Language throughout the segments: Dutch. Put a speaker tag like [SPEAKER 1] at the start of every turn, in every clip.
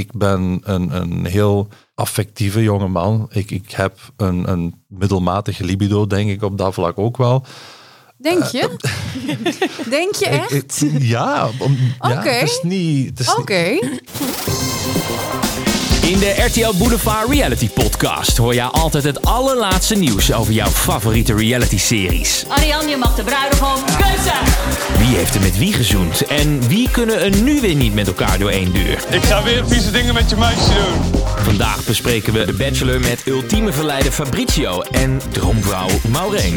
[SPEAKER 1] Ik ben een heel affectieve jongeman. Ik heb een middelmatige libido, denk ik, op dat vlak ook wel.
[SPEAKER 2] Denk je? Denk je echt?
[SPEAKER 1] Oké. Het is niet...
[SPEAKER 2] Oké.
[SPEAKER 3] In de RTL Boulevard Reality Podcast hoor je altijd het allerlaatste nieuws over jouw favoriete reality-series.
[SPEAKER 4] Ariane, je mag de bruidegom kussen.
[SPEAKER 3] Wie heeft er met wie gezoend? En wie kunnen er nu weer niet met elkaar door één deur?
[SPEAKER 5] Ik ga weer vieze dingen met je meisje doen.
[SPEAKER 3] Vandaag bespreken we The Bachelor met ultieme verleider Fabrizio en droomvrouw Maureen.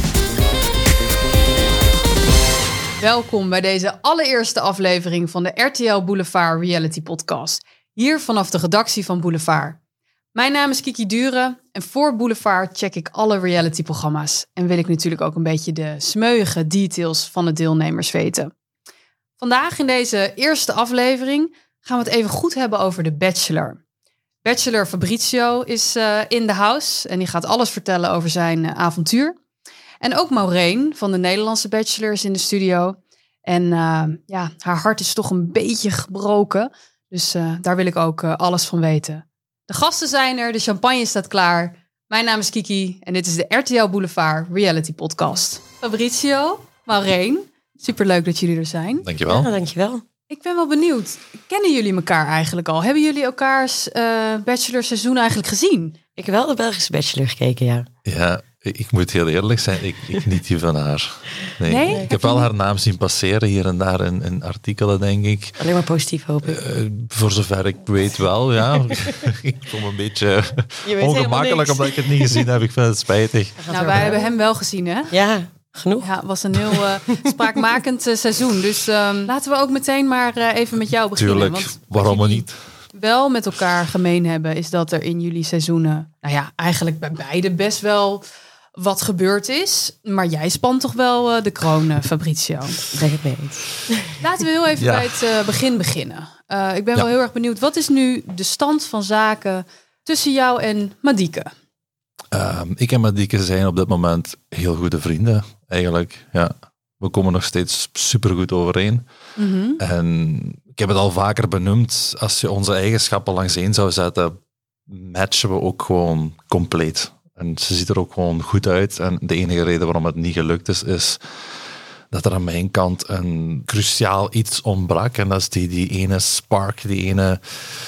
[SPEAKER 2] Welkom bij deze allereerste aflevering van de RTL Boulevard Reality Podcast. Hier vanaf de redactie van Boulevard. Mijn naam is Kiki Duren en voor Boulevard check ik alle realityprogramma's. En wil ik natuurlijk ook een beetje de smeuïge details van de deelnemers weten. Vandaag in deze eerste aflevering gaan we het even goed hebben over de Bachelor. Bachelor Fabrizio is in de house en die gaat alles vertellen over zijn avontuur. En ook Maureen van de Nederlandse Bachelor is in de studio. En haar hart is toch een beetje gebroken. Dus daar wil ik ook alles van weten. De gasten zijn er, de champagne staat klaar. Mijn naam is Kiki en dit is de RTL Boulevard Reality Podcast. Fabrizio, Maureen, superleuk dat jullie er zijn.
[SPEAKER 1] Dankjewel.
[SPEAKER 4] Ja, dankjewel.
[SPEAKER 2] Ik ben wel benieuwd, kennen jullie elkaar eigenlijk al? Hebben jullie elkaars Bachelor seizoen eigenlijk gezien?
[SPEAKER 4] Ik heb wel de Belgische Bachelor gekeken, ja.
[SPEAKER 1] Ja, ik moet heel eerlijk zijn, ik niet die van haar. Nee? Ik heb wel haar naam zien passeren hier en daar in artikelen, denk ik.
[SPEAKER 4] Alleen maar positief, hoop ik.
[SPEAKER 1] Voor zover ik weet wel, ja. Ik voel me een beetje ongemakkelijk omdat ik het niet gezien heb. Ik vind het spijtig.
[SPEAKER 2] Nou, wij hebben hem wel gezien, hè?
[SPEAKER 4] Ja, genoeg.
[SPEAKER 2] Ja, het was een heel spraakmakend seizoen. Dus laten we ook meteen maar even met jou beginnen.
[SPEAKER 1] Tuurlijk,
[SPEAKER 2] want
[SPEAKER 1] waarom niet?
[SPEAKER 2] Wel met elkaar gemeen hebben, is dat er in jullie seizoenen, eigenlijk bij beide best wel wat gebeurd is. Maar jij spant toch wel de kroon, Fabrizio.
[SPEAKER 4] Ben ik mee eens.
[SPEAKER 2] Laten we heel even bij het begin beginnen. Ik ben wel heel erg benieuwd. Wat is nu de stand van zaken tussen jou en Madieke?
[SPEAKER 1] Ik en Madieke zijn op dit moment heel goede vrienden, eigenlijk. Ja. We komen nog steeds supergoed overeen.
[SPEAKER 2] Mm-hmm.
[SPEAKER 1] En ik heb het al vaker benoemd, als je onze eigenschappen langs één zou zetten, matchen we ook gewoon compleet. En ze ziet er ook gewoon goed uit. En de enige reden waarom het niet gelukt is dat er aan mijn kant een cruciaal iets ontbrak. En dat is die ene spark, die ene,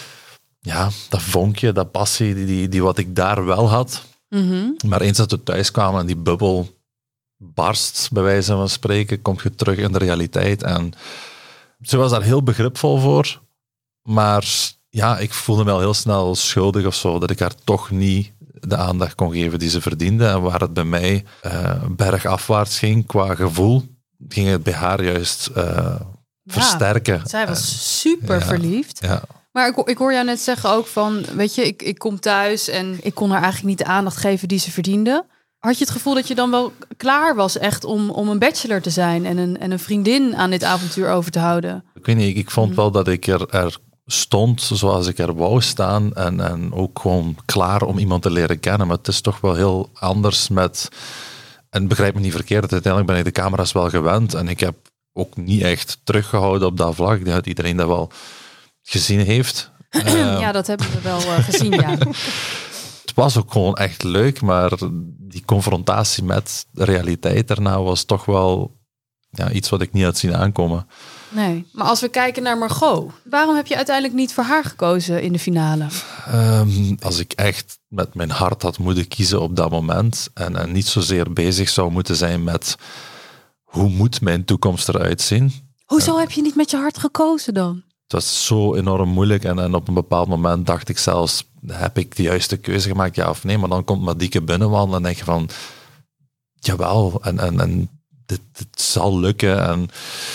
[SPEAKER 1] dat vonkje, dat passie, die wat ik daar wel had.
[SPEAKER 2] Mm-hmm.
[SPEAKER 1] Maar eens dat we thuis kwamen en die bubbel barst, bij wijze van spreken, kom je terug in de realiteit. En ze was daar heel begripvol voor. Maar ik voelde me al heel snel schuldig of zo, dat ik haar toch niet de aandacht kon geven die ze verdiende. En waar het bij mij bergafwaarts ging qua gevoel, ging het bij haar juist versterken.
[SPEAKER 2] Zij was super verliefd.
[SPEAKER 1] Ja.
[SPEAKER 2] Maar ik hoor jou net zeggen ook van, weet je, ik kom thuis en ik kon haar eigenlijk niet de aandacht geven die ze verdiende. Had je het gevoel dat je dan wel klaar was echt om een bachelor te zijn en een vriendin aan dit avontuur over te houden?
[SPEAKER 1] Ik weet niet, ik vond wel dat ik er stond zoals ik er wou staan en ook gewoon klaar om iemand te leren kennen. Maar het is toch wel heel anders en begrijp me niet verkeerd, uiteindelijk ben ik de camera's wel gewend en ik heb ook niet echt teruggehouden op dat vlak. Ik denk dat iedereen dat wel gezien heeft.
[SPEAKER 2] Ja, dat hebben we wel gezien, ja.
[SPEAKER 1] Het was ook gewoon echt leuk, maar die confrontatie met de realiteit daarna was toch wel iets wat ik niet had zien aankomen.
[SPEAKER 2] Nee, maar als we kijken naar Margot, waarom heb je uiteindelijk niet voor haar gekozen in de finale?
[SPEAKER 1] Als ik echt met mijn hart had moeten kiezen op dat moment en niet zozeer bezig zou moeten zijn met hoe moet mijn toekomst eruit zien.
[SPEAKER 2] Hoezo heb je niet met je hart gekozen dan?
[SPEAKER 1] Het was zo enorm moeilijk en op een bepaald moment dacht ik zelfs, heb ik de juiste keuze gemaakt, ja of nee? Maar dan komt Madieke binnenwandelen en denk je van, jawel, en dit zal lukken.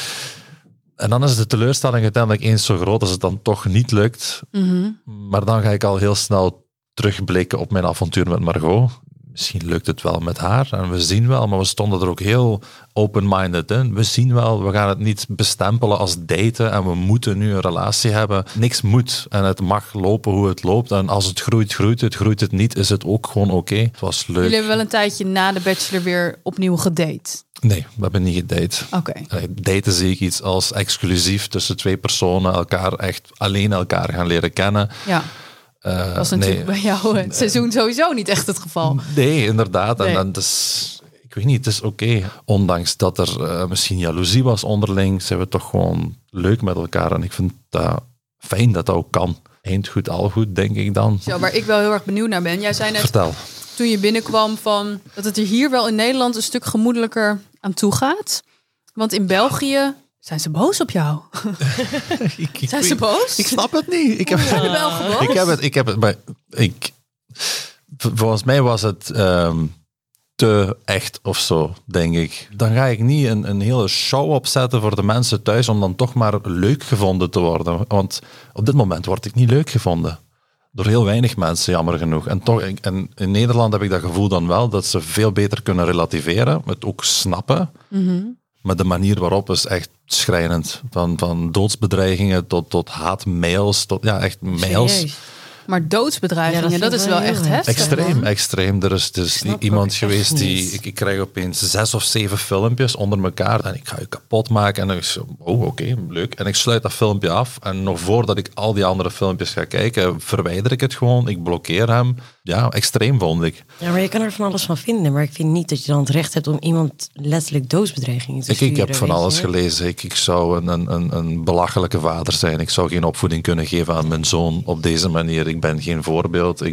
[SPEAKER 1] En dan is de teleurstelling uiteindelijk eens zo groot als het dan toch niet lukt.
[SPEAKER 2] Mm-hmm.
[SPEAKER 1] Maar dan ga ik al heel snel terugblikken op mijn avontuur met Margot. misschien lukt het wel met haar en we zien wel, maar we stonden er ook heel open-minded in. We zien wel, we gaan het niet bestempelen als daten en we moeten nu een relatie hebben. Niks moet en het mag lopen hoe het loopt. En als het groeit, groeit het. Groeit het niet, is het ook gewoon oké. Het was leuk.
[SPEAKER 2] Jullie hebben wel een tijdje na de Bachelor weer opnieuw gedate.
[SPEAKER 1] Nee, we hebben niet gedate.
[SPEAKER 2] Oké.
[SPEAKER 1] Daten zie ik iets als exclusief tussen 2 personen, elkaar echt alleen elkaar gaan leren kennen.
[SPEAKER 2] Ja. Dat was natuurlijk bij jou het seizoen sowieso niet echt het geval.
[SPEAKER 1] Nee, inderdaad.
[SPEAKER 2] Nee.
[SPEAKER 1] En dus, ik weet niet, het is oké. Ondanks dat er misschien jaloezie was onderling, zijn we toch gewoon leuk met elkaar. En ik vind dat fijn dat dat ook kan. Eind goed, al goed, denk ik dan.
[SPEAKER 2] Zo, waar ik wel heel erg benieuwd naar ben. Jij zei net,
[SPEAKER 1] Vertel.
[SPEAKER 2] toen je binnenkwam, van dat het er hier wel in Nederland een stuk gemoedelijker aan toe gaat. Want in België zijn ze boos op jou. Zijn ze boos?
[SPEAKER 1] Ik snap het niet. Ik heb,
[SPEAKER 2] Zijn de Belgen boos?
[SPEAKER 1] ik heb het, maar volgens mij was het te echt of zo, denk ik. Dan ga ik niet een hele show opzetten voor de mensen thuis om dan toch maar leuk gevonden te worden. Want op dit moment word ik niet leuk gevonden. Door heel weinig mensen, jammer genoeg. En toch, en in Nederland heb ik dat gevoel dan wel, dat ze veel beter kunnen relativeren, het ook snappen.
[SPEAKER 2] Mm-hmm.
[SPEAKER 1] Maar de manier waarop is echt schrijnend. Van doodsbedreigingen tot haatmails, tot echt mails.
[SPEAKER 4] Serieus?
[SPEAKER 2] Maar doodsbedreigingen,
[SPEAKER 4] Ja,
[SPEAKER 2] dat is wel echt heftig.
[SPEAKER 1] Extreem. Er is dus
[SPEAKER 4] snap
[SPEAKER 1] iemand
[SPEAKER 4] ook
[SPEAKER 1] geweest
[SPEAKER 4] echt
[SPEAKER 1] die...
[SPEAKER 4] niet.
[SPEAKER 1] Ik krijg opeens 6 of 7 filmpjes onder elkaar en ik ga je kapot maken. En dan is oké, leuk. En ik sluit dat filmpje af. En nog voordat ik al die andere filmpjes ga kijken, verwijder ik het gewoon. Ik blokkeer hem. Ja, extreem vond ik.
[SPEAKER 4] Ja, maar je kan er van alles van vinden. Maar ik vind niet dat je dan het recht hebt om iemand letterlijk doodsbedreigingen te
[SPEAKER 1] Ik
[SPEAKER 4] sturen.
[SPEAKER 1] heb van
[SPEAKER 4] weet
[SPEAKER 1] alles
[SPEAKER 4] je.
[SPEAKER 1] gelezen. Ik zou een belachelijke vader zijn. Ik zou geen opvoeding kunnen geven aan mijn zoon op deze manier. Ik ben geen voorbeeld.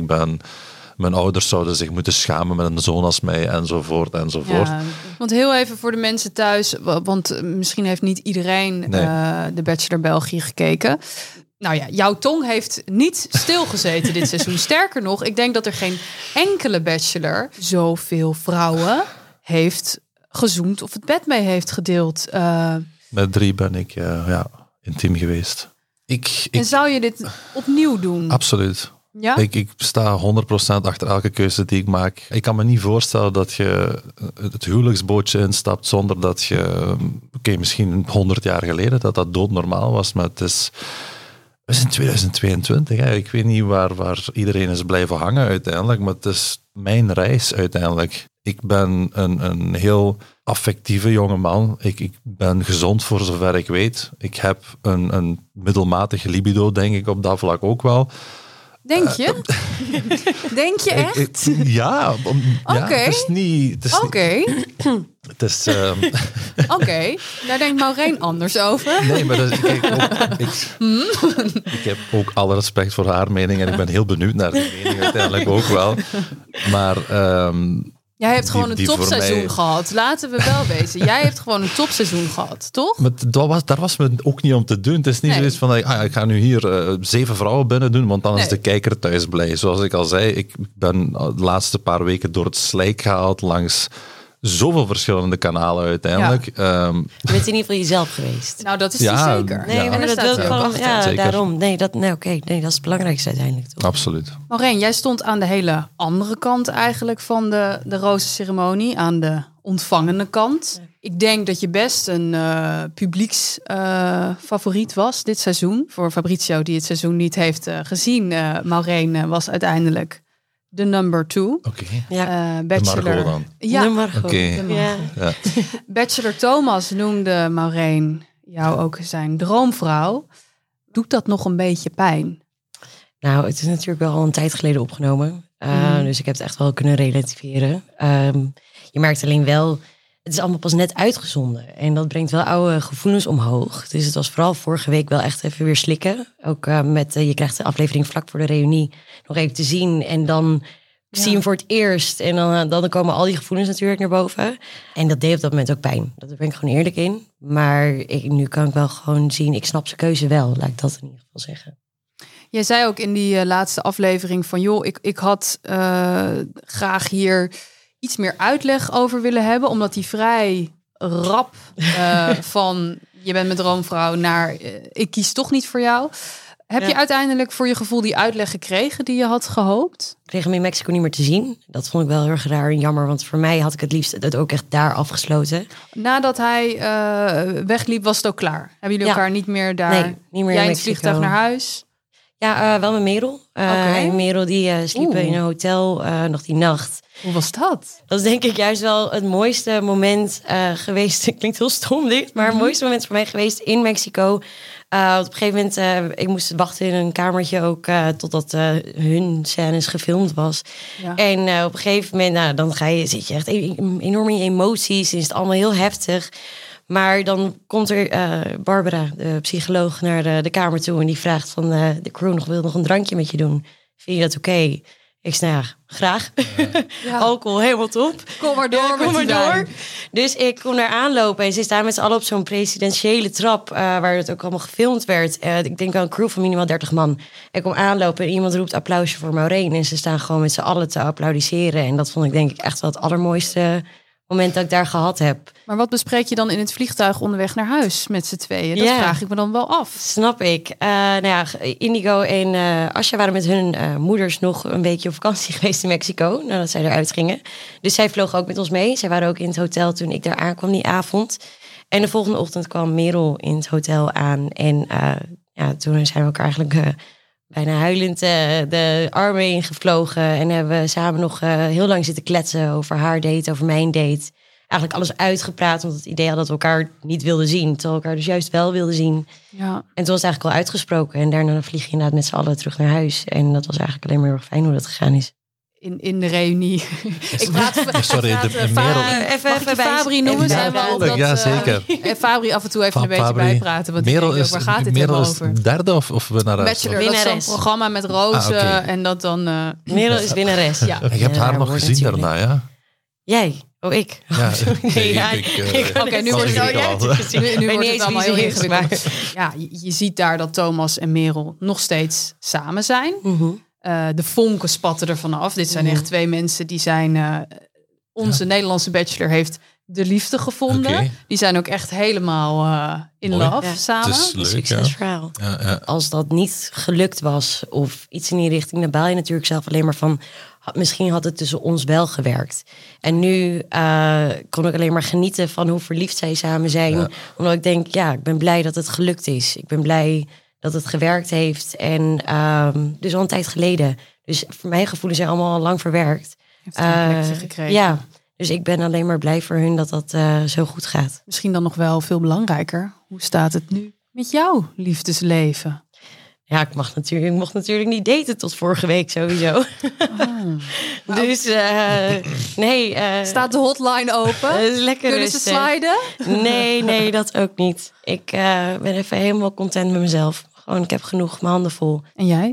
[SPEAKER 1] Mijn ouders zouden zich moeten schamen met een zoon als mij, enzovoort.
[SPEAKER 2] Ja, want heel even voor de mensen thuis, want misschien heeft niet iedereen de Bachelor België gekeken. Nou ja, jouw tong heeft niet stilgezeten dit seizoen. Sterker nog, ik denk dat er geen enkele Bachelor zoveel vrouwen heeft gezoend of het bed mee heeft gedeeld.
[SPEAKER 1] Met 3 ben ik intiem geweest.
[SPEAKER 2] En zou je dit opnieuw doen?
[SPEAKER 1] Absoluut.
[SPEAKER 2] Ja?
[SPEAKER 1] Ik sta 100% achter elke keuze die ik maak. Ik kan me niet voorstellen dat je het huwelijksbootje instapt zonder dat je... Oké, misschien 100 jaar geleden dat doodnormaal was, maar het is... We zijn 2022. Hè. Ik weet niet waar iedereen is blijven hangen uiteindelijk, maar het is mijn reis uiteindelijk. Ik ben een heel affectieve jongeman. Ik ben gezond voor zover ik weet. Ik heb een middelmatige libido, denk ik, op dat vlak ook wel.
[SPEAKER 2] Denk je? Denk je echt?
[SPEAKER 1] Ja, het is niet...
[SPEAKER 2] Oké.
[SPEAKER 1] Het is...
[SPEAKER 2] Oké, daar denkt Maureen anders over.
[SPEAKER 1] Nee, maar ik heb ook alle respect voor haar mening en ik ben heel benieuwd naar die mening uiteindelijk ook wel. Maar...
[SPEAKER 2] Jij hebt gewoon
[SPEAKER 1] die
[SPEAKER 2] een
[SPEAKER 1] voor
[SPEAKER 2] topseizoen
[SPEAKER 1] mij-
[SPEAKER 2] gehad. Laten we wel wezen. Jij hebt gewoon een topseizoen gehad, toch?
[SPEAKER 1] Maar daar was me ook niet om te doen. Het is niet
[SPEAKER 2] Nee.
[SPEAKER 1] zoiets van, ik ga nu hier 7 vrouwen binnen doen, want dan is
[SPEAKER 2] Nee.
[SPEAKER 1] de kijker thuis blij. Zoals ik al zei, ik ben de laatste paar weken door het slijk gehaald langs zoveel verschillende kanalen uiteindelijk.
[SPEAKER 4] Je bent in ieder geval jezelf geweest.
[SPEAKER 2] Nou, dat is
[SPEAKER 1] Ja,
[SPEAKER 2] hij zeker.
[SPEAKER 4] Nee,
[SPEAKER 1] Ja.
[SPEAKER 4] maar
[SPEAKER 2] En daar
[SPEAKER 4] dat
[SPEAKER 2] staat
[SPEAKER 4] wil
[SPEAKER 2] hij
[SPEAKER 4] ik
[SPEAKER 2] ook
[SPEAKER 4] gewoon...
[SPEAKER 2] achter.
[SPEAKER 4] Ja,
[SPEAKER 1] Zeker.
[SPEAKER 4] daarom. Nee, dat is het belangrijkste uiteindelijk, toch?
[SPEAKER 1] Absoluut.
[SPEAKER 2] Maureen, jij stond aan de hele andere kant eigenlijk van de rozenceremonie. Aan de ontvangende kant. Ik denk dat je best een publieksfavoriet was dit seizoen. Voor Fabrizio, die het seizoen niet heeft gezien. Maureen was uiteindelijk de number 2.
[SPEAKER 1] Oké.
[SPEAKER 4] Ja.
[SPEAKER 2] Bachelor.
[SPEAKER 1] Margot dan.
[SPEAKER 2] Ja,
[SPEAKER 4] Nummer
[SPEAKER 1] Oké.
[SPEAKER 2] de Margot.
[SPEAKER 4] Ja.
[SPEAKER 1] Ja.
[SPEAKER 2] Bachelor Thomas noemde Maureen jou ook zijn droomvrouw. Doet dat nog een beetje pijn?
[SPEAKER 4] Nou, het is natuurlijk wel al een tijd geleden opgenomen. Dus ik heb het echt wel kunnen relativeren. Je merkt alleen wel, het is allemaal pas net uitgezonden. En dat brengt wel oude gevoelens omhoog. Dus het was vooral vorige week wel echt even weer slikken. Ook je krijgt de aflevering vlak voor de reunie nog even te zien. En dan zie je hem voor het eerst. En dan komen al die gevoelens natuurlijk naar boven. En dat deed op dat moment ook pijn. Daar ben ik gewoon eerlijk in. Maar nu kan ik wel gewoon zien, ik snap zijn keuze wel. Laat ik dat in ieder geval zeggen.
[SPEAKER 2] Jij zei ook in die laatste aflevering van... joh, ik had graag hier iets meer uitleg over willen hebben... omdat die vrij rap van... je bent mijn droomvrouw naar... ik kies toch niet voor jou. Heb je uiteindelijk voor je gevoel die uitleg gekregen die je had gehoopt?
[SPEAKER 4] Ik kreeg hem in Mexico niet meer te zien. Dat vond ik wel heel erg raar en jammer. Want voor mij had ik het liefst het ook echt daar afgesloten.
[SPEAKER 2] Nadat hij wegliep, was het ook klaar? Hebben jullie elkaar niet meer daar?
[SPEAKER 4] Nee, niet meer
[SPEAKER 2] Jij in
[SPEAKER 4] in
[SPEAKER 2] het vliegtuig naar huis?
[SPEAKER 4] Ja, wel met Merel. Merel die sliep in een hotel nog die nacht.
[SPEAKER 2] Hoe was dat?
[SPEAKER 4] Dat is denk ik juist wel het mooiste moment geweest. Het klinkt heel stom dit, maar het mooiste moment voor mij geweest in Mexico. Op een gegeven moment, ik moest wachten in een kamertje ook totdat hun scènes gefilmd was.
[SPEAKER 2] Ja.
[SPEAKER 4] En op een gegeven moment, dan zit je echt enorm in emoties. En is het allemaal heel heftig. Maar dan komt er Barbara, de psycholoog, naar de kamer toe. En die vraagt van de crew wil nog een drankje met je doen. Vind je dat oké? Ik zei, nou ja, graag.
[SPEAKER 2] Ja.
[SPEAKER 4] Alcohol, helemaal top.
[SPEAKER 2] Kom maar door
[SPEAKER 4] kom
[SPEAKER 2] met
[SPEAKER 4] maar
[SPEAKER 2] die
[SPEAKER 4] door.
[SPEAKER 2] wijn.
[SPEAKER 4] Dus ik kom daar aanlopen. En ze staan met z'n allen op zo'n presidentiële trap. Waar het ook allemaal gefilmd werd. Ik denk wel een crew van minimaal 30 man. Ik kom aanlopen en iemand roept applausje voor Maureen. En ze staan gewoon met z'n allen te applaudisseren. En dat vond ik denk ik echt wel het allermooiste moment dat ik daar gehad heb.
[SPEAKER 2] Maar wat bespreek je dan in het vliegtuig onderweg naar huis met z'n tweeën? Dat vraag ik me dan wel af.
[SPEAKER 4] Snap ik. Indigo en Asja waren met hun moeders nog een weekje op vakantie geweest in Mexico. Nadat zij eruit gingen. Dus zij vlogen ook met ons mee. Zij waren ook in het hotel toen ik daar aankwam die avond. En de volgende ochtend kwam Merel in het hotel aan. En toen zijn we elkaar eigenlijk bijna huilend de armen ingevlogen. En hebben we samen nog heel lang zitten kletsen over haar date, over mijn date. Eigenlijk alles uitgepraat, omdat het idee had dat we elkaar niet wilden zien. Terwijl we elkaar dus juist wel wilden zien.
[SPEAKER 2] Ja.
[SPEAKER 4] En toen was het eigenlijk al uitgesproken. En daarna vlieg je inderdaad met z'n allen terug naar huis. En dat was eigenlijk alleen maar heel erg fijn hoe dat gegaan is.
[SPEAKER 2] In de reunie. Ik praat
[SPEAKER 1] Sorry,
[SPEAKER 4] Even
[SPEAKER 2] Fabri noemen zijn we altijd.
[SPEAKER 1] Ja, zeker.
[SPEAKER 2] En Fabri af en toe even een beetje bijpraten. Want
[SPEAKER 1] Merel
[SPEAKER 2] denk, waar gaat dit helemaal over?
[SPEAKER 1] Merel is derde of winnares?
[SPEAKER 2] Bachelor, dat is zo'n programma met rozen.
[SPEAKER 1] Okay.
[SPEAKER 2] En dat dan...
[SPEAKER 4] Merel is winnares.
[SPEAKER 2] Ja.
[SPEAKER 1] Je hebt haar nog gezien
[SPEAKER 4] natuurlijk.
[SPEAKER 1] daarna, ja?
[SPEAKER 4] Jij? Oh, ik?
[SPEAKER 1] Ja,
[SPEAKER 2] Oké, nu wordt het allemaal heel ingewikkeld. Ja, je ziet daar dat Thomas en Merel nog steeds samen zijn. De vonken spatten ervan af. Dit zijn echt twee mensen die zijn... Onze Nederlandse bachelor heeft de liefde gevonden.
[SPEAKER 1] Okay.
[SPEAKER 2] Die zijn ook echt helemaal in love samen.
[SPEAKER 1] Het is leuk,
[SPEAKER 4] succesverhaal.
[SPEAKER 1] Ja. Als
[SPEAKER 4] Als dat niet gelukt was of iets in die richting, dan baal je natuurlijk zelf alleen maar van... Misschien had het tussen ons wel gewerkt. En nu kon ik alleen maar genieten van hoe verliefd zij samen zijn. Ja. Omdat ik denk, ik ben blij dat het gelukt is. Ik ben blij dat het gewerkt heeft. En dus al een tijd geleden. Dus voor mijn gevoelens zijn allemaal al lang verwerkt.
[SPEAKER 2] Heeft een plekje gekregen.
[SPEAKER 4] Ja, dus ik ben alleen maar blij voor hun dat dat zo goed gaat.
[SPEAKER 2] Misschien dan nog wel veel belangrijker. Hoe staat het nu met jouw liefdesleven?
[SPEAKER 4] Ja, ik mocht natuurlijk niet daten tot vorige week sowieso. Dus nee.
[SPEAKER 2] Staat de hotline open?
[SPEAKER 4] Lekker
[SPEAKER 2] Kunnen
[SPEAKER 4] rustig.
[SPEAKER 2] ze sliden?
[SPEAKER 4] Nee, dat ook niet. Ik ben even helemaal content met mezelf. Gewoon, ik heb genoeg, mijn handen vol.
[SPEAKER 2] En jij?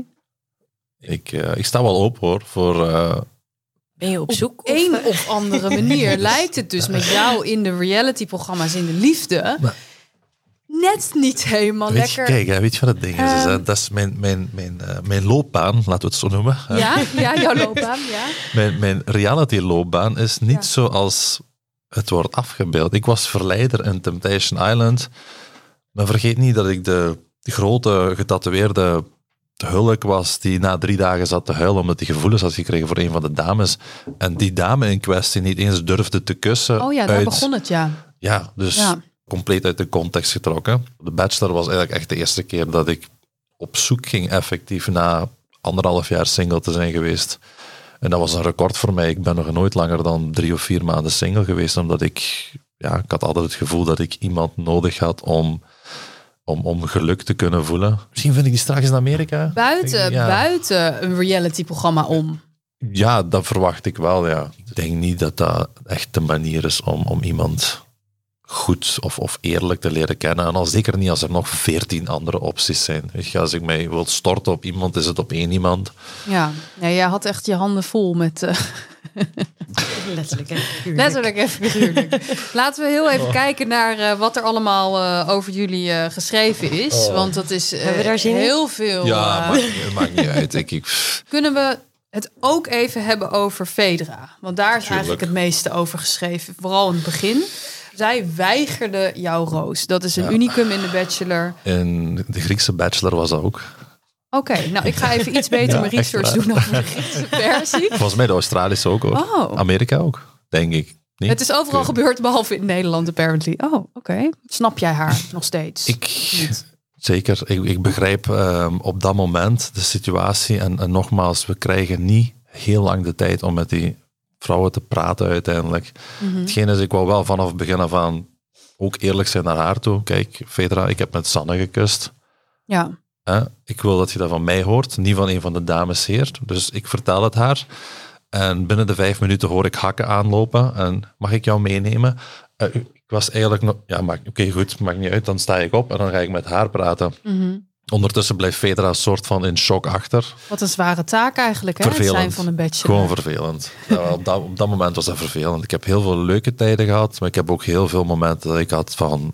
[SPEAKER 1] Ik sta wel open hoor, voor...
[SPEAKER 4] Ben je op zoek?
[SPEAKER 2] Op een of andere manier lijkt het dus met jou in de reality-programma's in de liefde...
[SPEAKER 1] Maar,
[SPEAKER 2] net niet helemaal
[SPEAKER 1] weet
[SPEAKER 2] lekker.
[SPEAKER 1] Je, kijk, weet je wat het ding is? Dat is mijn loopbaan, laten we het zo noemen.
[SPEAKER 2] Ja, jouw loopbaan, ja.
[SPEAKER 1] Mijn reality-loopbaan is niet zoals het wordt afgebeeld. Ik was verleider in Temptation Island. Maar vergeet niet dat ik de grote, getatoeëerde hulk was die na 3 dagen zat te huilen omdat hij gevoelens had gekregen voor een van de dames. En die dame in kwestie niet eens durfde te kussen.
[SPEAKER 2] Oh ja, daar begon het, ja.
[SPEAKER 1] Ja, dus compleet uit de context getrokken. De Bachelor was eigenlijk echt de eerste keer dat ik op zoek ging effectief na 1,5 jaar single te zijn geweest. En dat was een record voor mij. Ik ben nog nooit langer dan 3 of 4 maanden single geweest, omdat ik had altijd het gevoel dat ik iemand nodig had om geluk te kunnen voelen. Misschien vind ik die straks in Amerika.
[SPEAKER 2] Buiten een reality-programma om.
[SPEAKER 1] Ja, dat verwacht ik wel, ja. Ik denk niet dat dat echt de manier is om iemand goed of eerlijk te leren kennen. En al zeker niet als er nog 14 andere opties zijn. Weet je, als ik mij wil storten op iemand, is het op 1 iemand.
[SPEAKER 2] Ja, jij had echt je handen vol met... Letterlijk en figuurlijk. Laten we heel even kijken naar wat er allemaal over jullie geschreven is. Want dat is heel veel...
[SPEAKER 1] Ja, maakt niet uit.
[SPEAKER 2] Kunnen we het ook even hebben over Fedra? Want daar is eigenlijk het meeste over geschreven. Vooral in het begin. Zij weigerde jouw roos. Dat is een unicum in de Bachelor.
[SPEAKER 1] In de Griekse Bachelor was dat ook.
[SPEAKER 2] Oké, nou ik ga even iets beter mijn research doen over de Griekse versie.
[SPEAKER 1] Volgens mij de Australische ook hoor.
[SPEAKER 2] Oh.
[SPEAKER 1] Amerika ook, denk ik. Niet?
[SPEAKER 2] Het is overal gebeurd, behalve in Nederland apparently. Oh, oké. Snap jij haar nog steeds?
[SPEAKER 1] Zeker. Ik begrijp op dat moment de situatie. En nogmaals, we krijgen niet heel lang de tijd om met die vrouwen te praten uiteindelijk.
[SPEAKER 2] Mhm.
[SPEAKER 1] Hetgeen is, ik wou wel vanaf het begin af aan ook eerlijk zijn naar haar toe. Kijk, Fedra, ik heb met Sanne gekust.
[SPEAKER 2] Ja.
[SPEAKER 1] Ik wil dat je dat van mij hoort, niet van een van de dames hier. Dus ik vertel het haar. En binnen de 5 minuten hoor ik hakken aanlopen. En mag ik jou meenemen? Ik was eigenlijk nog... Ja, oké, goed, maakt niet uit. Dan sta ik op en dan ga ik met haar praten.
[SPEAKER 2] Mhm.
[SPEAKER 1] Ondertussen blijft Fedra een soort van in shock achter.
[SPEAKER 2] Wat een zware taak eigenlijk, hè?
[SPEAKER 1] Vervelend.
[SPEAKER 2] Het zijn van een bachelor.
[SPEAKER 1] Gewoon vervelend. Ja, op dat moment was dat vervelend. Ik heb heel veel leuke tijden gehad, maar ik heb ook heel veel momenten dat ik had van...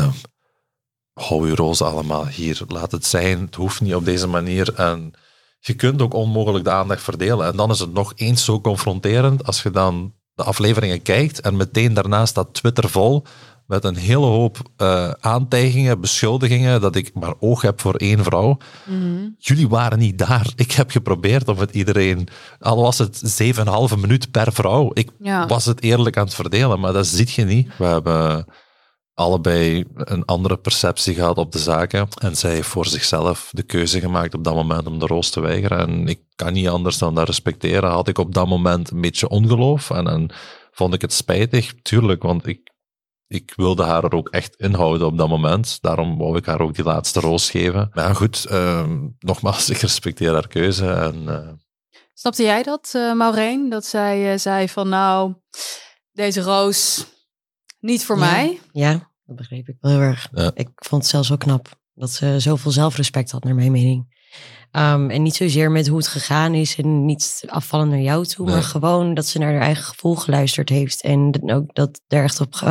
[SPEAKER 1] hou je roze allemaal hier, laat het zijn. Het hoeft niet op deze manier. En je kunt ook onmogelijk de aandacht verdelen. En dan is het nog eens zo confronterend als je dan de afleveringen kijkt en meteen daarna staat Twitter vol met een hele hoop aantijgingen, beschuldigingen, dat ik maar oog heb voor 1 vrouw.
[SPEAKER 2] Mhm.
[SPEAKER 1] Jullie waren niet daar. Ik heb geprobeerd om het iedereen, al was het 7,5 minuut per vrouw, ik was het eerlijk aan het verdelen, maar dat ziet je niet. We hebben allebei een andere perceptie gehad op de zaken en zij heeft voor zichzelf de keuze gemaakt op dat moment om de roos te weigeren en ik kan niet anders dan dat respecteren. Had ik op dat moment een beetje ongeloof en vond ik het spijtig, tuurlijk, want ik wilde haar er ook echt inhouden op dat moment. Daarom wou ik haar ook die laatste roos geven. Maar ja, goed, nogmaals, ik respecteer haar keuze.
[SPEAKER 2] Snapte jij dat, Maureen? Dat zij zei van nou, deze roos niet voor mij?
[SPEAKER 4] Ja, dat begreep ik wel heel erg.
[SPEAKER 1] Ja.
[SPEAKER 4] Ik vond het zelfs wel knap dat ze zoveel zelfrespect had, naar mijn mening. En niet zozeer met hoe het gegaan is en niet afvallen naar jou toe, maar gewoon dat ze naar haar eigen gevoel geluisterd heeft en ook dat er echt op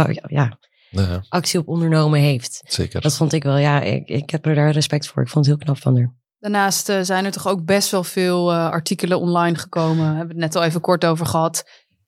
[SPEAKER 4] actie op ondernomen heeft.
[SPEAKER 1] Zeker.
[SPEAKER 4] Dat vond ik wel, ik heb er daar respect voor. Ik vond het heel knap van haar.
[SPEAKER 2] Daarnaast zijn er toch ook best wel veel artikelen online gekomen. We hebben het net al even kort over gehad.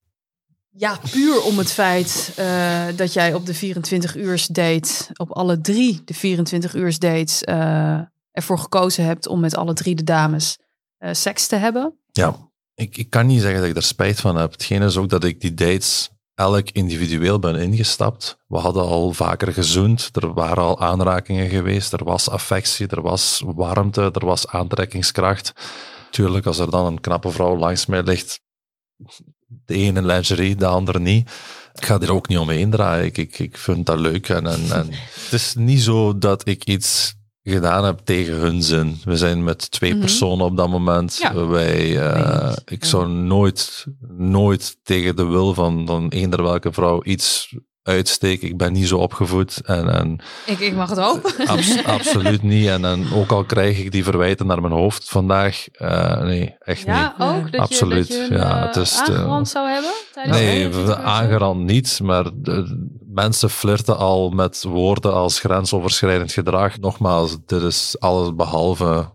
[SPEAKER 2] Ja, puur om het feit dat jij op de 24-uurs date, op alle 3 de 24-uurs dates, ervoor gekozen hebt om met alle 3 de dames seks te hebben.
[SPEAKER 1] Ja, ik kan niet zeggen dat ik er spijt van heb. Hetgeen is ook dat ik die dates elk individueel ben ingestapt. We hadden al vaker gezoend, er waren al aanrakingen geweest, er was affectie, er was warmte, er was aantrekkingskracht. Tuurlijk, als er dan een knappe vrouw langs mij ligt, de ene lingerie, de andere niet. Ik ga er ook niet omheen draaien. Ik vind dat leuk. En het is niet zo dat ik iets gedaan heb tegen hun zin. We zijn met 2 personen op dat moment. Ja. Ik zou nooit tegen de wil van eender welke vrouw iets uitsteken. Ik ben niet zo opgevoed.
[SPEAKER 2] Ik mag het hopen.
[SPEAKER 1] Absoluut niet. En ook al krijg ik die verwijten naar mijn hoofd vandaag. Nee, echt niet.
[SPEAKER 2] Ja, ook? Dat
[SPEAKER 1] absoluut.
[SPEAKER 2] Je het is aangerand zou hebben?
[SPEAKER 1] Nee, aangerand niet. Maar mensen flirten al met woorden als grensoverschrijdend gedrag. Nogmaals, dit is alles behalve...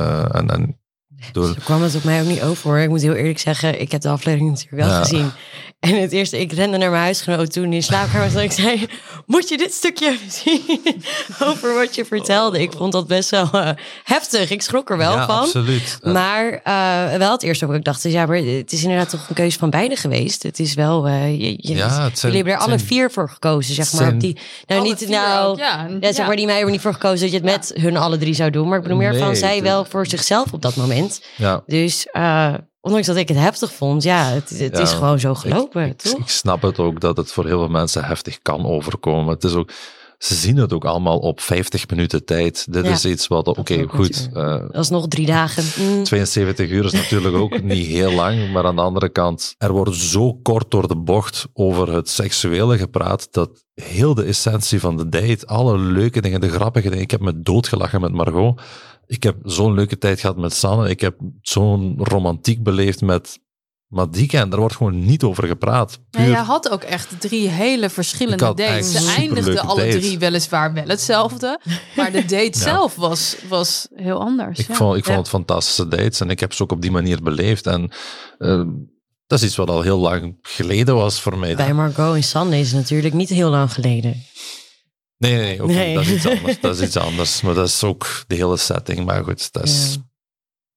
[SPEAKER 4] Zo kwam het op mij ook niet over hoor. Ik moet heel eerlijk zeggen, ik heb de aflevering natuurlijk wel gezien. En het eerste, ik rende naar mijn huisgenoot toen in slaapkamer. En ik zei, moet je dit stukje even zien? Over wat je vertelde. Ik vond dat best wel heftig. Ik schrok er wel van.
[SPEAKER 1] Absoluut.
[SPEAKER 4] Maar wel het eerste wat ik dacht is, maar het is inderdaad toch een keuze van beide geweest. Het is wel, jullie hebben er alle 4 voor gekozen, zeg maar. Zeg maar, die mij er niet voor gekozen dat je het met hun alle 3 zou doen. Maar ik bedoel meer van, zij wel voor zichzelf op dat moment. Ja. Dus ondanks dat ik het heftig vond, het is gewoon zo gelopen, toch?
[SPEAKER 1] Ik snap het ook dat het voor heel veel mensen heftig kan overkomen. Het is ook, ze zien het ook allemaal op 50 minuten tijd. Dit is iets wat, goed.
[SPEAKER 4] Dat is nog 3 dagen.
[SPEAKER 1] 72 uur is natuurlijk ook niet heel lang, maar aan de andere kant, er wordt zo kort door de bocht over het seksuele gepraat, dat heel de essentie van de date, alle leuke dingen, de grappige dingen, ik heb me doodgelachen met Margot. Ik heb zo'n leuke tijd gehad met Sanne. Ik heb zo'n romantiek beleefd met Marieke. En daar wordt gewoon niet over gepraat.
[SPEAKER 2] Puur... Ja, jij had ook echt 3 hele verschillende dates. Ze eindigden alle 3 weliswaar wel hetzelfde. Maar de date zelf was heel anders.
[SPEAKER 1] Ik vond het fantastische dates. En ik heb ze ook op die manier beleefd. En dat is iets wat al heel lang geleden was voor mij.
[SPEAKER 4] Bij Margot en Sanne is het natuurlijk niet heel lang geleden.
[SPEAKER 1] Nee, dat is iets anders. Dat is iets anders. Maar dat is ook de hele setting. Maar goed, dat is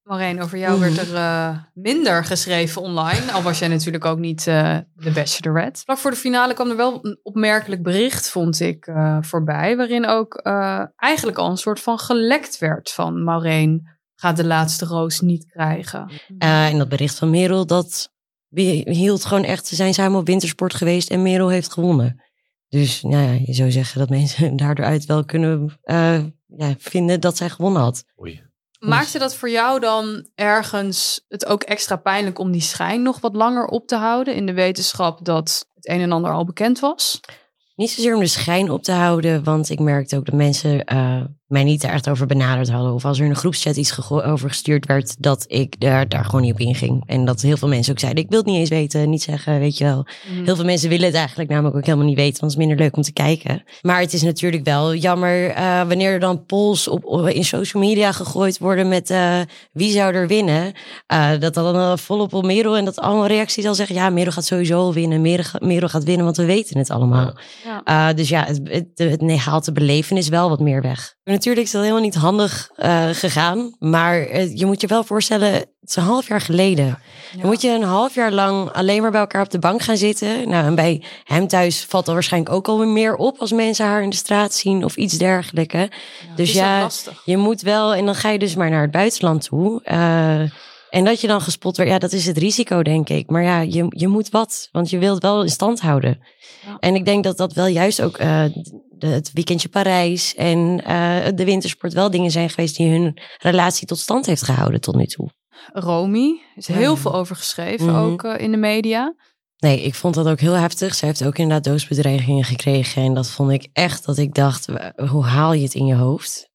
[SPEAKER 2] Maureen, over jou werd er minder geschreven online. Al was jij natuurlijk ook niet de Bachelorette. Vlak voor de finale kwam er wel een opmerkelijk bericht, vond ik, voorbij. Waarin ook eigenlijk al een soort van gelekt werd van Maureen gaat de laatste roos niet krijgen.
[SPEAKER 4] En dat bericht van Merel, dat hield gewoon echt... Ze zijn samen op wintersport geweest en Merel heeft gewonnen. Dus nou ja, je zou zeggen dat mensen daardoor uit wel kunnen vinden dat zij gewonnen had.
[SPEAKER 1] Oei.
[SPEAKER 2] Maakte dat voor jou dan ergens het ook extra pijnlijk om die schijn nog wat langer op te houden? In de wetenschap dat het een en ander al bekend was?
[SPEAKER 4] Niet zozeer om de schijn op te houden, want ik merkte ook dat mensen mij niet er echt over benaderd hadden. Of als er in een groepschat iets over gestuurd werd, dat ik daar gewoon niet op inging. En dat heel veel mensen ook zeiden, ik wil het niet eens weten, niet zeggen, weet je wel. Heel veel mensen willen het eigenlijk namelijk ook helemaal niet weten, want het is minder leuk om te kijken. Maar het is natuurlijk wel jammer wanneer er dan polls in social media gegooid worden met wie zou er winnen. Dat dan volop op Merel en dat allemaal reacties al zeggen, ja, Merel gaat sowieso winnen, Merel gaat winnen, want we weten het allemaal. Ja. Dus ja, het haalt de belevenis wel wat meer weg. Natuurlijk is dat helemaal niet handig gegaan. Maar je moet je wel voorstellen, het is een half jaar geleden. Ja. Dan moet je een half jaar lang alleen maar bij elkaar op de bank gaan zitten. Nou, en bij hem thuis valt er waarschijnlijk ook alweer meer op als mensen haar in de straat zien of iets dergelijks. Ja, dus ja, je moet wel, en dan ga je dus maar naar het buitenland toe. En dat je dan gespot wordt, ja, dat is het risico, denk ik. Maar ja, je moet wat, want je wilt het wel in stand houden. Ja. En ik denk dat dat wel juist ook het weekendje Parijs en de wintersport wel dingen zijn geweest die hun relatie tot stand heeft gehouden tot nu toe.
[SPEAKER 2] Romy, er is heel veel over geschreven, ook in de media.
[SPEAKER 4] Nee, ik vond dat ook heel heftig. Zij heeft ook inderdaad doodsbedreigingen gekregen. En dat vond ik echt dat ik dacht, hoe haal je het in je hoofd?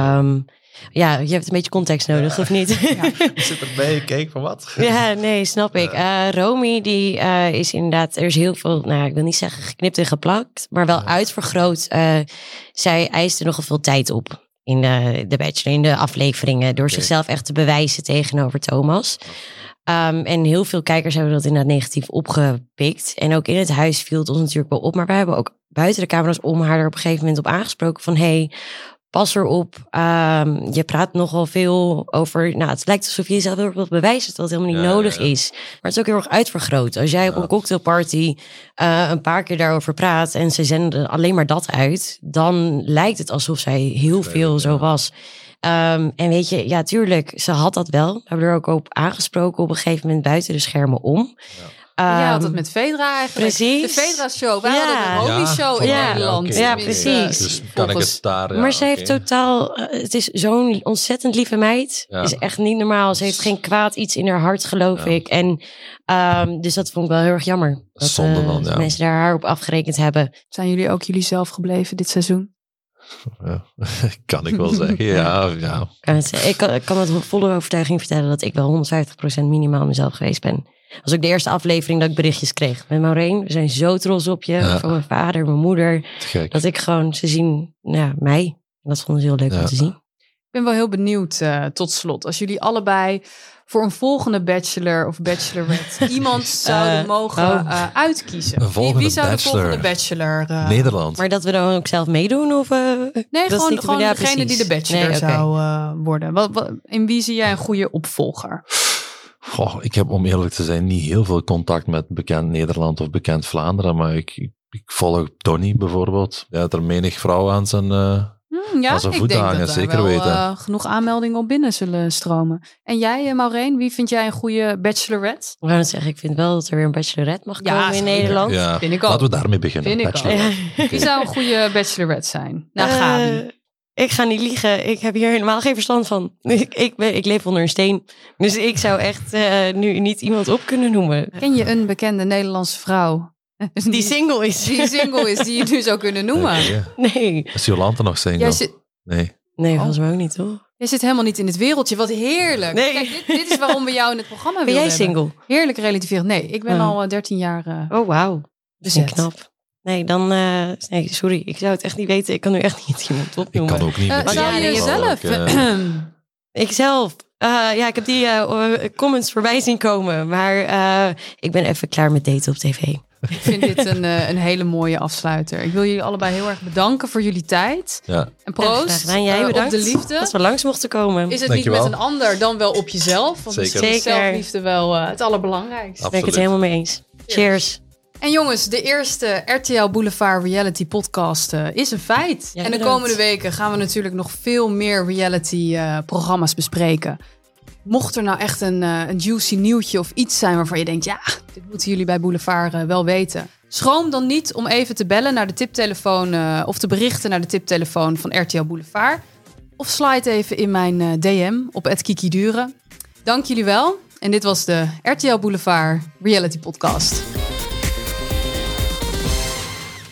[SPEAKER 4] Ja, je hebt een beetje context nodig, of niet?
[SPEAKER 1] Ja, ik zit erbij, kijk van wat.
[SPEAKER 4] Ja, nee, snap ik. Romy, die is inderdaad, er is heel veel, nou, ik wil niet zeggen geknipt en geplakt, maar wel uitvergroot. Zij eiste nogal veel tijd op in de Bachelor, in de afleveringen, door zichzelf echt te bewijzen tegenover Thomas. En heel veel kijkers hebben dat inderdaad negatief opgepikt. En ook in het huis viel het ons natuurlijk wel op, maar wij hebben ook buiten de camera's om haar er op een gegeven moment op aangesproken van, hey, pas erop, je praat nogal veel over, nou, het lijkt alsof je jezelf heel erg wilt bewijzen dat het helemaal niet nodig is. Maar het is ook heel erg uitvergroot. Als jij op een cocktailparty een paar keer daarover praat en ze zenden alleen maar dat uit, dan lijkt het alsof zij heel veel zo was. En weet je, ja, tuurlijk, ze had dat wel. We hebben er ook op aangesproken op een gegeven moment buiten de schermen om.
[SPEAKER 2] Jij had het met Fedra eigenlijk.
[SPEAKER 4] Precies.
[SPEAKER 2] De Fedra-show. Wij hadden de Romy-show in Nederland.
[SPEAKER 1] Okay.
[SPEAKER 4] Ja, precies.
[SPEAKER 1] Dus kan ik het daar...
[SPEAKER 4] maar ze heeft totaal... Het is zo'n ontzettend lieve meid. Ja. Is echt niet normaal. Ze heeft geen kwaad iets in haar hart, geloof ik. En dus dat vond ik wel heel erg jammer. Dat
[SPEAKER 1] zonde dan,
[SPEAKER 4] dat mensen daar haar op afgerekend hebben.
[SPEAKER 2] Zijn jullie ook jullie zelf gebleven dit seizoen?
[SPEAKER 1] Ja, kan ik wel zeggen, ja.
[SPEAKER 4] Ik kan met volle overtuiging vertellen dat ik wel 150% minimaal mezelf geweest ben. Dat was ook de eerste aflevering dat ik berichtjes kreeg met Maureen. We zijn zo trots op je, van mijn vader, mijn moeder. Dat ik gewoon, ze zien mij. En dat vonden ze heel leuk om te zien.
[SPEAKER 2] Ik ben wel heel benieuwd tot slot. Als jullie allebei voor een volgende bachelor of bachelorette iemand zouden mogen uitkiezen. Wie zou de volgende bachelor...
[SPEAKER 1] Nederland.
[SPEAKER 4] Maar dat we dan ook zelf meedoen? Of,
[SPEAKER 2] nee, gewoon degene die de bachelor zou worden. In wie zie jij een goede opvolger?
[SPEAKER 1] Goh, ik heb, om eerlijk te zijn, niet heel veel contact met bekend Nederland of bekend Vlaanderen, maar ik volg Donny bijvoorbeeld. Ja, er menig vrouw aan zijn voeten hangen, zeker weten.
[SPEAKER 2] Genoeg aanmeldingen op binnen zullen stromen. En jij, Maureen, wie vind jij een goede bachelorette?
[SPEAKER 4] Ik wou zeggen, ik vind wel dat er weer een bachelorette mag komen in Nederland.
[SPEAKER 1] Ja,
[SPEAKER 2] vind ik ook.
[SPEAKER 1] Laten we daarmee beginnen.
[SPEAKER 2] Wie zou een goede bachelorette zijn? Nou, Gabi.
[SPEAKER 4] Ik ga niet liegen. Ik heb hier helemaal geen verstand van. Ik leef onder een steen. Dus ik zou echt nu niet iemand op kunnen noemen.
[SPEAKER 2] Ken je een bekende Nederlandse vrouw?
[SPEAKER 4] Die single is.
[SPEAKER 2] Die single is, die je nu zou kunnen noemen.
[SPEAKER 4] Nee.
[SPEAKER 1] Is Jolante nog single?
[SPEAKER 4] Nee, volgens mij ook niet, toch?
[SPEAKER 2] Je zit helemaal niet in het wereldje. Wat heerlijk.
[SPEAKER 4] Nee.
[SPEAKER 2] Kijk, dit is waarom we jou in het programma willen hebben.
[SPEAKER 4] Ben jij single?
[SPEAKER 2] Heerlijk relativeren. Nee, ik ben al 13 jaar
[SPEAKER 4] Oh, wauw. Dat is knap. Nee, dan... nee, sorry. Ik zou het echt niet weten. Ik kan nu echt niet iemand opnoemen.
[SPEAKER 1] Ik kan ook niet.
[SPEAKER 2] Wat zou je jezelf?
[SPEAKER 4] Ikzelf. Ik heb die comments voorbij zien komen. Maar ik ben even klaar met daten op tv.
[SPEAKER 2] Ik vind dit een hele mooie afsluiter. Ik wil jullie allebei heel erg bedanken voor jullie tijd.
[SPEAKER 1] Ja.
[SPEAKER 2] En proost
[SPEAKER 4] Graag gedaan, jij bedankt
[SPEAKER 2] op de liefde.
[SPEAKER 4] dat we langs mochten komen.
[SPEAKER 2] Is het
[SPEAKER 1] Dankjewel.
[SPEAKER 2] niet met een ander dan wel op jezelf? Want
[SPEAKER 1] Zeker.
[SPEAKER 2] misschien is
[SPEAKER 4] Zeker.
[SPEAKER 2] zelfliefde wel het allerbelangrijkste.
[SPEAKER 4] Daar ben ik het helemaal mee eens. Cheers.
[SPEAKER 2] En jongens, de eerste RTL Boulevard Reality podcast is een feit.
[SPEAKER 4] Ja,
[SPEAKER 2] en de
[SPEAKER 4] bedankt.
[SPEAKER 2] komende weken gaan we natuurlijk nog veel meer reality programma's bespreken. Mocht er nou echt een juicy nieuwtje of iets zijn waarvan je denkt... ja, dit moeten jullie bij Boulevard wel weten. Schroom dan niet om even te bellen naar de tiptelefoon... of te berichten naar de tiptelefoon van RTL Boulevard. Of slide even in mijn DM op @kikiduren. Dank jullie wel. En dit was de RTL Boulevard Reality Podcast.